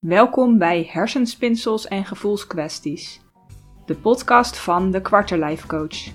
Welkom bij Hersenspinsels en Gevoelskwesties, de podcast van de Quarterlife Coach.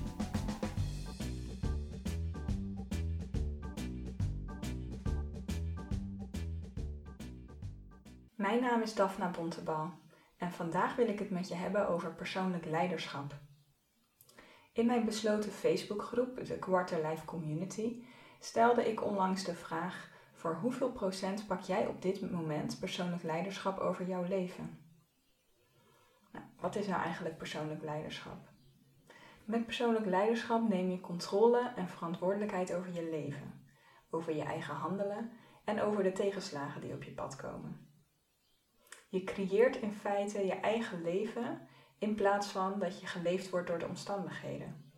Mijn naam is Daphna Bontebal en vandaag wil ik het met je hebben over persoonlijk leiderschap. In mijn besloten Facebookgroep, de Quarterlife Community, stelde ik onlangs de vraag: voor hoeveel procent pak jij op dit moment persoonlijk leiderschap over jouw leven? Nou, wat is nou eigenlijk persoonlijk leiderschap? Met persoonlijk leiderschap neem je controle en verantwoordelijkheid over je leven, over je eigen handelen en over de tegenslagen die op je pad komen. Je creëert in feite je eigen leven in plaats van dat je geleefd wordt door de omstandigheden.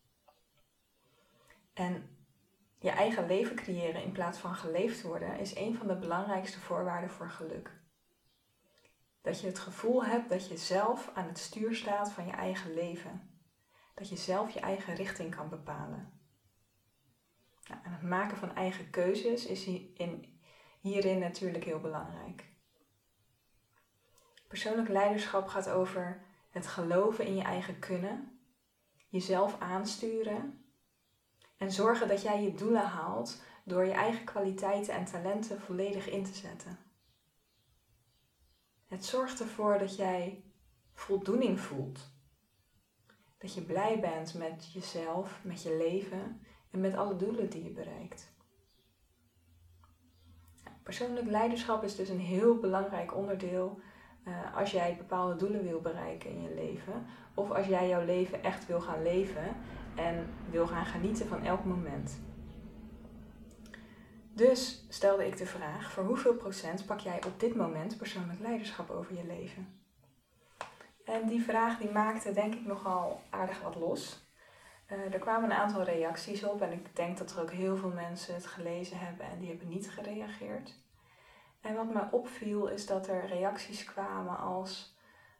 En je eigen leven creëren in plaats van geleefd worden is een van de belangrijkste voorwaarden voor geluk. Dat je het gevoel hebt dat je zelf aan het stuur staat van je eigen leven. Dat je zelf je eigen richting kan bepalen. Nou, en het maken van eigen keuzes is hierin natuurlijk heel belangrijk. Persoonlijk leiderschap gaat over het geloven in je eigen kunnen, jezelf aansturen en zorgen dat jij je doelen haalt door je eigen kwaliteiten en talenten volledig in te zetten. Het zorgt ervoor dat jij voldoening voelt. Dat je blij bent met jezelf, met je leven en met alle doelen die je bereikt. Persoonlijk leiderschap is dus een heel belangrijk onderdeel als jij bepaalde doelen wil bereiken in je leven. Of als jij jouw leven echt wil gaan leven en wil gaan genieten van elk moment. Dus stelde ik de vraag: voor hoeveel procent pak jij op dit moment persoonlijk leiderschap over je leven? En die vraag die maakte denk ik nogal aardig wat los. Er kwamen een aantal reacties op en ik denk dat er ook heel veel mensen het gelezen hebben en die hebben niet gereageerd. En wat mij opviel is dat er reacties kwamen als: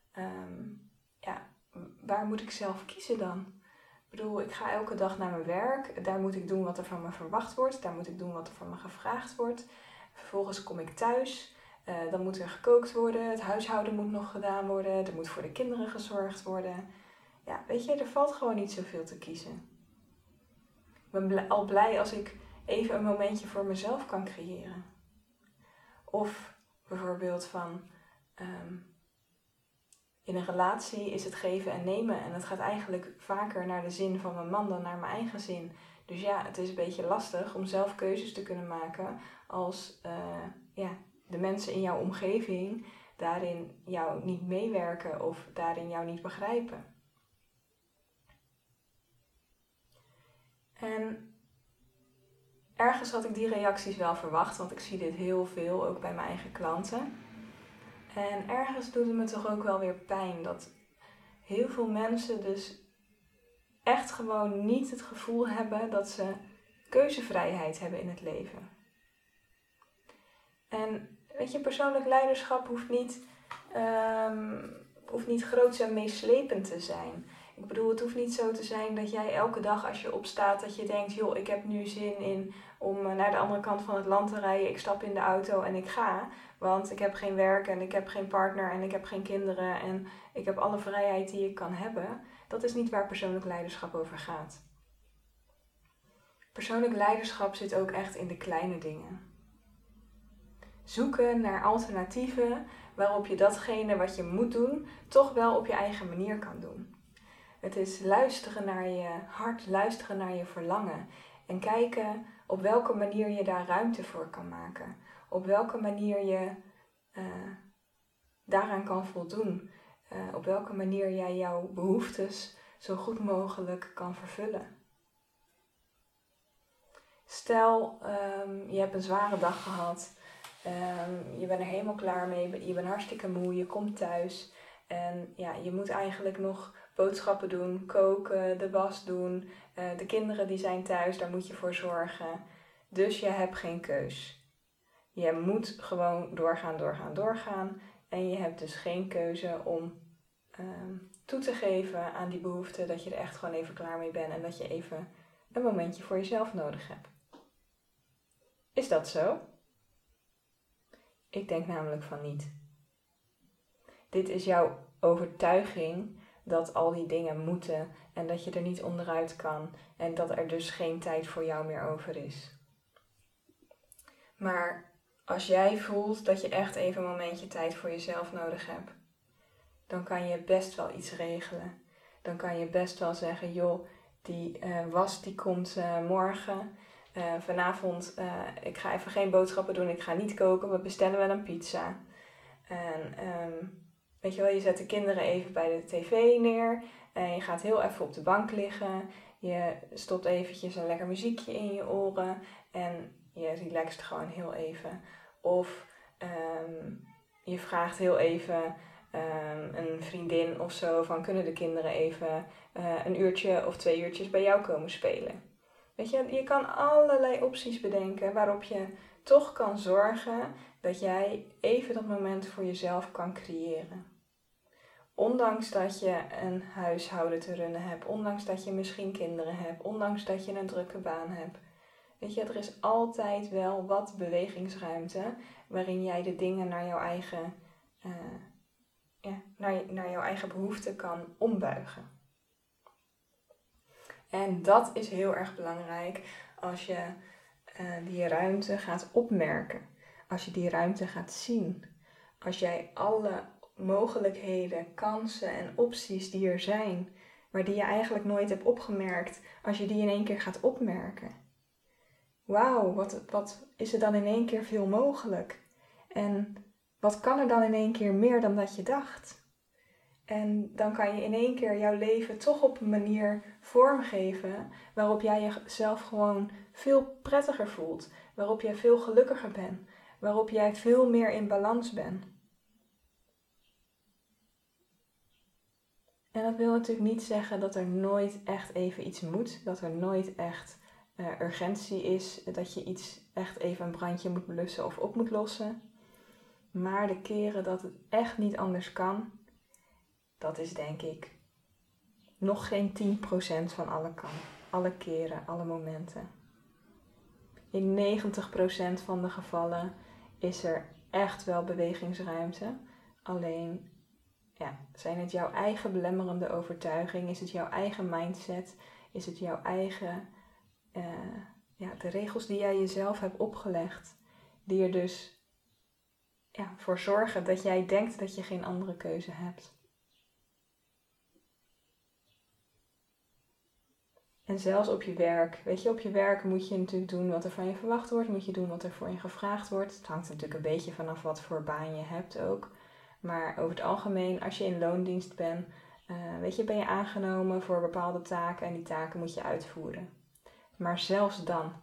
waar moet ik zelf kiezen dan? Ik bedoel, ik ga elke dag naar mijn werk, daar moet ik doen wat er van me verwacht wordt, daar moet ik doen wat er van me gevraagd wordt. Vervolgens kom ik thuis, dan moet er gekookt worden, het huishouden moet nog gedaan worden, er moet voor de kinderen gezorgd worden. Ja, weet je, er valt gewoon niet zoveel te kiezen. Ik ben al blij als ik even een momentje voor mezelf kan creëren. Of bijvoorbeeld van, in een relatie is het geven en nemen en het gaat eigenlijk vaker naar de zin van mijn man dan naar mijn eigen zin. Dus ja, het is een beetje lastig om zelf keuzes te kunnen maken als de mensen in jouw omgeving daarin jou niet meewerken of daarin jou niet begrijpen. En ergens had ik die reacties wel verwacht, want ik zie dit heel veel, ook bij mijn eigen klanten. En ergens doet het me toch ook wel weer pijn dat heel veel mensen dus echt gewoon niet het gevoel hebben dat ze keuzevrijheid hebben in het leven. En weet je, persoonlijk leiderschap hoeft niet groots en meeslepend te zijn. Ik bedoel, het hoeft niet zo te zijn dat jij elke dag als je opstaat dat je denkt: joh, ik heb nu zin in om naar de andere kant van het land te rijden. Ik stap in de auto en ik ga. Want ik heb geen werk en ik heb geen partner en ik heb geen kinderen en ik heb alle vrijheid die ik kan hebben. Dat is niet waar persoonlijk leiderschap over gaat. Persoonlijk leiderschap zit ook echt in de kleine dingen. Zoeken naar alternatieven waarop je datgene wat je moet doen toch wel op je eigen manier kan doen. Het is luisteren naar je hart, luisteren naar je verlangen en kijken op welke manier je daar ruimte voor kan maken. Op welke manier je daaraan kan voldoen. Op welke manier jij jouw behoeftes zo goed mogelijk kan vervullen. Stel, je hebt een zware dag gehad. Je bent er helemaal klaar mee. Je bent hartstikke moe. Je komt thuis. En ja, je moet eigenlijk nog boodschappen doen, koken, de was doen. De kinderen die zijn thuis, daar moet je voor zorgen. Dus je hebt geen keus. Je moet gewoon doorgaan. En je hebt dus geen keuze om toe te geven aan die behoefte dat je er echt gewoon even klaar mee bent. En dat je even een momentje voor jezelf nodig hebt. Is dat zo? Ik denk namelijk van niet. Dit is jouw overtuiging dat al die dingen moeten en dat je er niet onderuit kan en dat er dus geen tijd voor jou meer over is. Maar als jij voelt dat je echt even een momentje tijd voor jezelf nodig hebt, dan kan je best wel iets regelen. Dan kan je best wel zeggen, joh, die was die komt morgen. Vanavond, ik ga even geen boodschappen doen, ik ga niet koken, we bestellen wel een pizza. En weet je wel, je zet de kinderen even bij de tv neer en je gaat heel even op de bank liggen. Je stopt eventjes een lekker muziekje in je oren en je relaxt gewoon heel even. Of je vraagt heel even een vriendin of zo van kunnen de kinderen even een uurtje of 2 uurtjes bij jou komen spelen. Weet je, je kan allerlei opties bedenken waarop je toch kan zorgen dat jij even dat moment voor jezelf kan creëren. Ondanks dat je een huishouden te runnen hebt, ondanks dat je misschien kinderen hebt, ondanks dat je een drukke baan hebt. Weet je, er is altijd wel wat bewegingsruimte waarin jij de dingen naar jouw eigen, naar jouw eigen behoeften kan ombuigen. En dat is heel erg belangrijk als je die ruimte gaat opmerken. Als je die ruimte gaat zien. Als jij alle mogelijkheden, kansen en opties die er zijn, maar die je eigenlijk nooit hebt opgemerkt, als je die in één keer gaat opmerken. Wauw, wat is er dan in één keer veel mogelijk? En wat kan er dan in één keer meer dan dat je dacht? En dan kan je in één keer jouw leven toch op een manier vormgeven waarop jij jezelf gewoon veel prettiger voelt. Waarop jij veel gelukkiger bent. Waarop jij veel meer in balans bent. En dat wil natuurlijk niet zeggen dat er nooit echt even iets moet. Dat er nooit echt urgentie is. Dat je iets echt even een brandje moet blussen of op moet lossen. Maar de keren dat het echt niet anders kan, dat is denk ik nog geen 10% van alle keren, alle momenten. In 90% van de gevallen is er echt wel bewegingsruimte. Alleen zijn het jouw eigen belemmerende overtuiging? Is het jouw eigen mindset? Is het jouw eigen, de regels die jij jezelf hebt opgelegd, die er dus voor zorgen dat jij denkt dat je geen andere keuze hebt? En zelfs op je werk. Weet je, op je werk moet je natuurlijk doen wat er van je verwacht wordt. Moet je doen wat er voor je gevraagd wordt. Het hangt natuurlijk een beetje vanaf wat voor baan je hebt ook. Maar over het algemeen, als je in loondienst bent, ben je aangenomen voor bepaalde taken. En die taken moet je uitvoeren. Maar zelfs dan.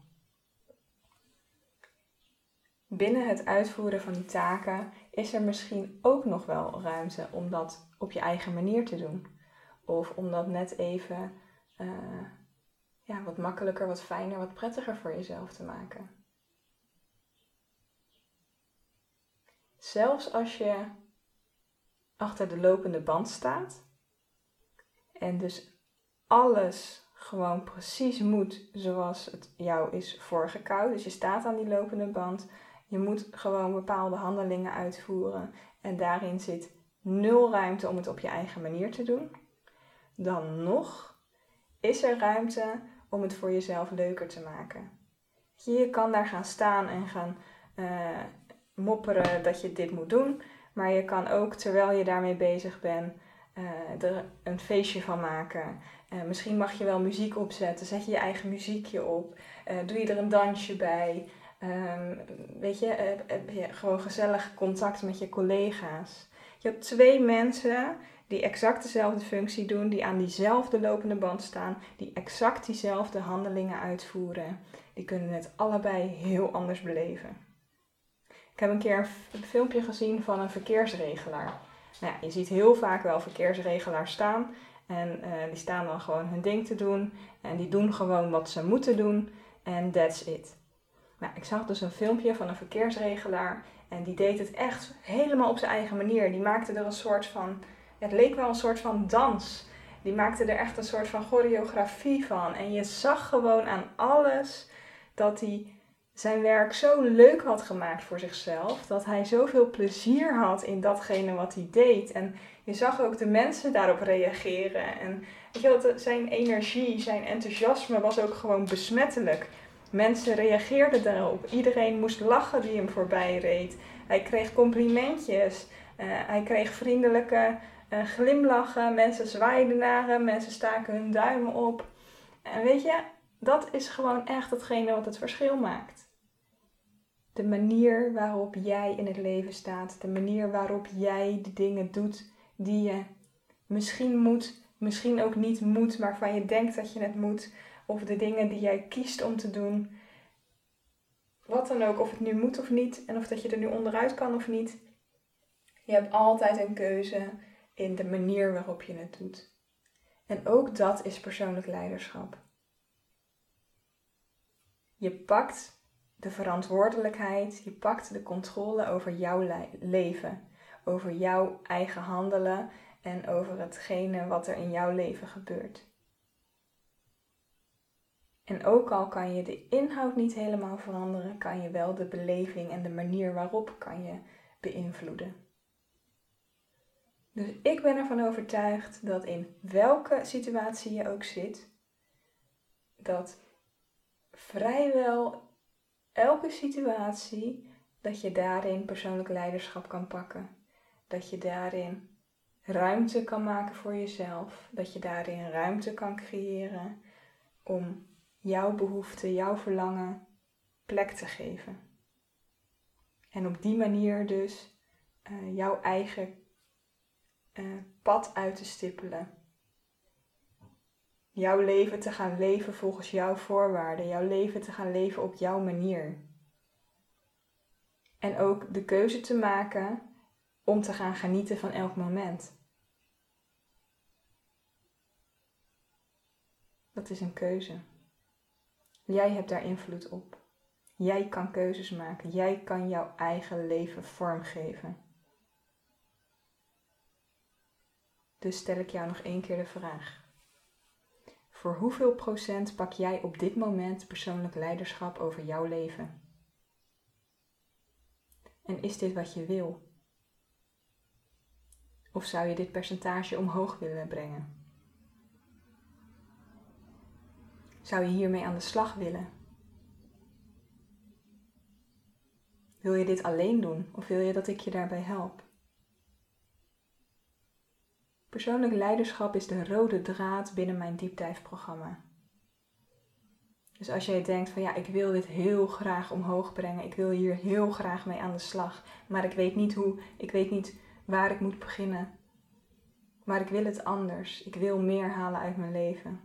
Binnen het uitvoeren van die taken is er misschien ook nog wel ruimte om dat op je eigen manier te doen. Of om dat net even wat makkelijker, wat fijner, wat prettiger voor jezelf te maken. Zelfs als je achter de lopende band staat en dus alles gewoon precies moet zoals het jou is voorgekoud. Dus je staat aan die lopende band, je moet gewoon bepaalde handelingen uitvoeren en daarin zit 0 ruimte om het op je eigen manier te doen. Dan nog is er ruimte om het voor jezelf leuker te maken. Je kan daar gaan staan en gaan mopperen dat je dit moet doen. Maar je kan ook, terwijl je daarmee bezig bent, er een feestje van maken. Misschien mag je wel muziek opzetten. Zet je je eigen muziekje op. Doe je er een dansje bij. Heb je gewoon gezellig contact met je collega's. Je hebt 2 mensen die exact dezelfde functie doen, die aan diezelfde lopende band staan, die exact diezelfde handelingen uitvoeren. Die kunnen het allebei heel anders beleven. Ik heb een keer een filmpje gezien van een verkeersregelaar. Nou ja, je ziet heel vaak wel verkeersregelaars staan en die staan dan gewoon hun ding te doen en die doen gewoon wat ze moeten doen en that's it. Nou, ik zag dus een filmpje van een verkeersregelaar en die deed het echt helemaal op zijn eigen manier. Die maakte er een soort van, het leek wel een soort van dans. Die maakte er echt een soort van choreografie van. En je zag gewoon aan alles dat hij zijn werk zo leuk had gemaakt voor zichzelf, dat hij zoveel plezier had in datgene wat hij deed. En je zag ook de mensen daarop reageren. En weet je wel, zijn energie, zijn enthousiasme was ook gewoon besmettelijk. Mensen reageerden daarop. Iedereen moest lachen die hem voorbij reed. Hij kreeg complimentjes. Hij kreeg vriendelijke glimlachen. Mensen zwaaiden naar hem. Mensen staken hun duimen op. En weet je, dat is gewoon echt hetgene wat het verschil maakt. De manier waarop jij in het leven staat. De manier waarop jij de dingen doet die je misschien moet, misschien ook niet moet, maar waarvan je denkt dat je het moet. Of de dingen die jij kiest om te doen. Wat dan ook, of het nu moet of niet. En of dat je er nu onderuit kan of niet. Je hebt altijd een keuze in de manier waarop je het doet. En ook dat is persoonlijk leiderschap. Je pakt de verantwoordelijkheid, je pakt de controle over jouw leven. Over jouw eigen handelen en over hetgene wat er in jouw leven gebeurt. En ook al kan je de inhoud niet helemaal veranderen, kan je wel de beleving en de manier waarop kan je beïnvloeden. Dus ik ben ervan overtuigd dat in welke situatie je ook zit, dat vrijwel elke situatie, dat je daarin persoonlijk leiderschap kan pakken. Dat je daarin ruimte kan maken voor jezelf. Dat je daarin ruimte kan creëren om jouw behoefte, jouw verlangen plek te geven. En op die manier dus jouw eigen pad uit te stippelen. Jouw leven te gaan leven volgens jouw voorwaarden. Jouw leven te gaan leven op jouw manier. En ook de keuze te maken om te gaan genieten van elk moment. Dat is een keuze. Jij hebt daar invloed op. Jij kan keuzes maken. Jij kan jouw eigen leven vormgeven. Dus stel ik jou nog 1 keer de vraag. Voor hoeveel procent pak jij op dit moment persoonlijk leiderschap over jouw leven? En is dit wat je wil? Of zou je dit percentage omhoog willen brengen? Zou je hiermee aan de slag willen? Wil je dit alleen doen of wil je dat ik je daarbij help? Persoonlijk leiderschap is de rode draad binnen mijn diepdive-programma. Dus als jij denkt van ja, ik wil dit heel graag omhoog brengen, ik wil hier heel graag mee aan de slag, maar ik weet niet hoe, ik weet niet waar ik moet beginnen. Maar ik wil het anders, ik wil meer halen uit mijn leven.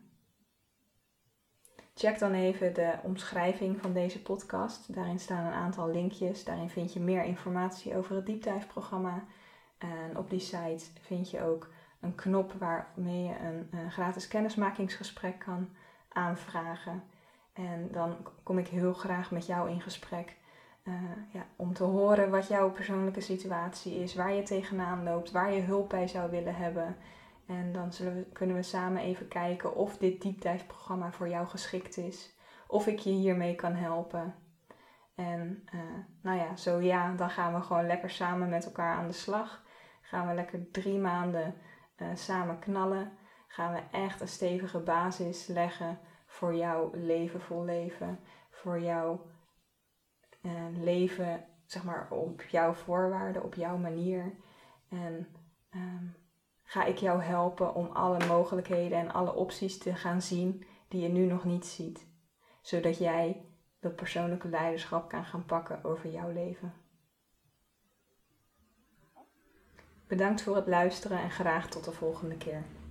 Check dan even de omschrijving van deze podcast. Daarin staan een aantal linkjes. Daarin vind je meer informatie over het diepdive-programma. En op die site vind je ook een knop waarmee je een gratis kennismakingsgesprek kan aanvragen. En dan kom ik heel graag met jou in gesprek om te horen wat jouw persoonlijke situatie is, waar je tegenaan loopt, waar je hulp bij zou willen hebben. En dan kunnen we samen even kijken of dit diepdive-programma voor jou geschikt is. Of ik je hiermee kan helpen. En zo ja, dan gaan we gewoon lekker samen met elkaar aan de slag. Gaan we lekker 3 maanden samen knallen. Gaan we echt een stevige basis leggen voor jouw leven vol leven. Voor jouw leven, zeg maar, op jouw voorwaarden, op jouw manier. En ga ik jou helpen om alle mogelijkheden en alle opties te gaan zien die je nu nog niet ziet. Zodat jij dat persoonlijke leiderschap kan gaan pakken over jouw leven. Bedankt voor het luisteren en graag tot de volgende keer.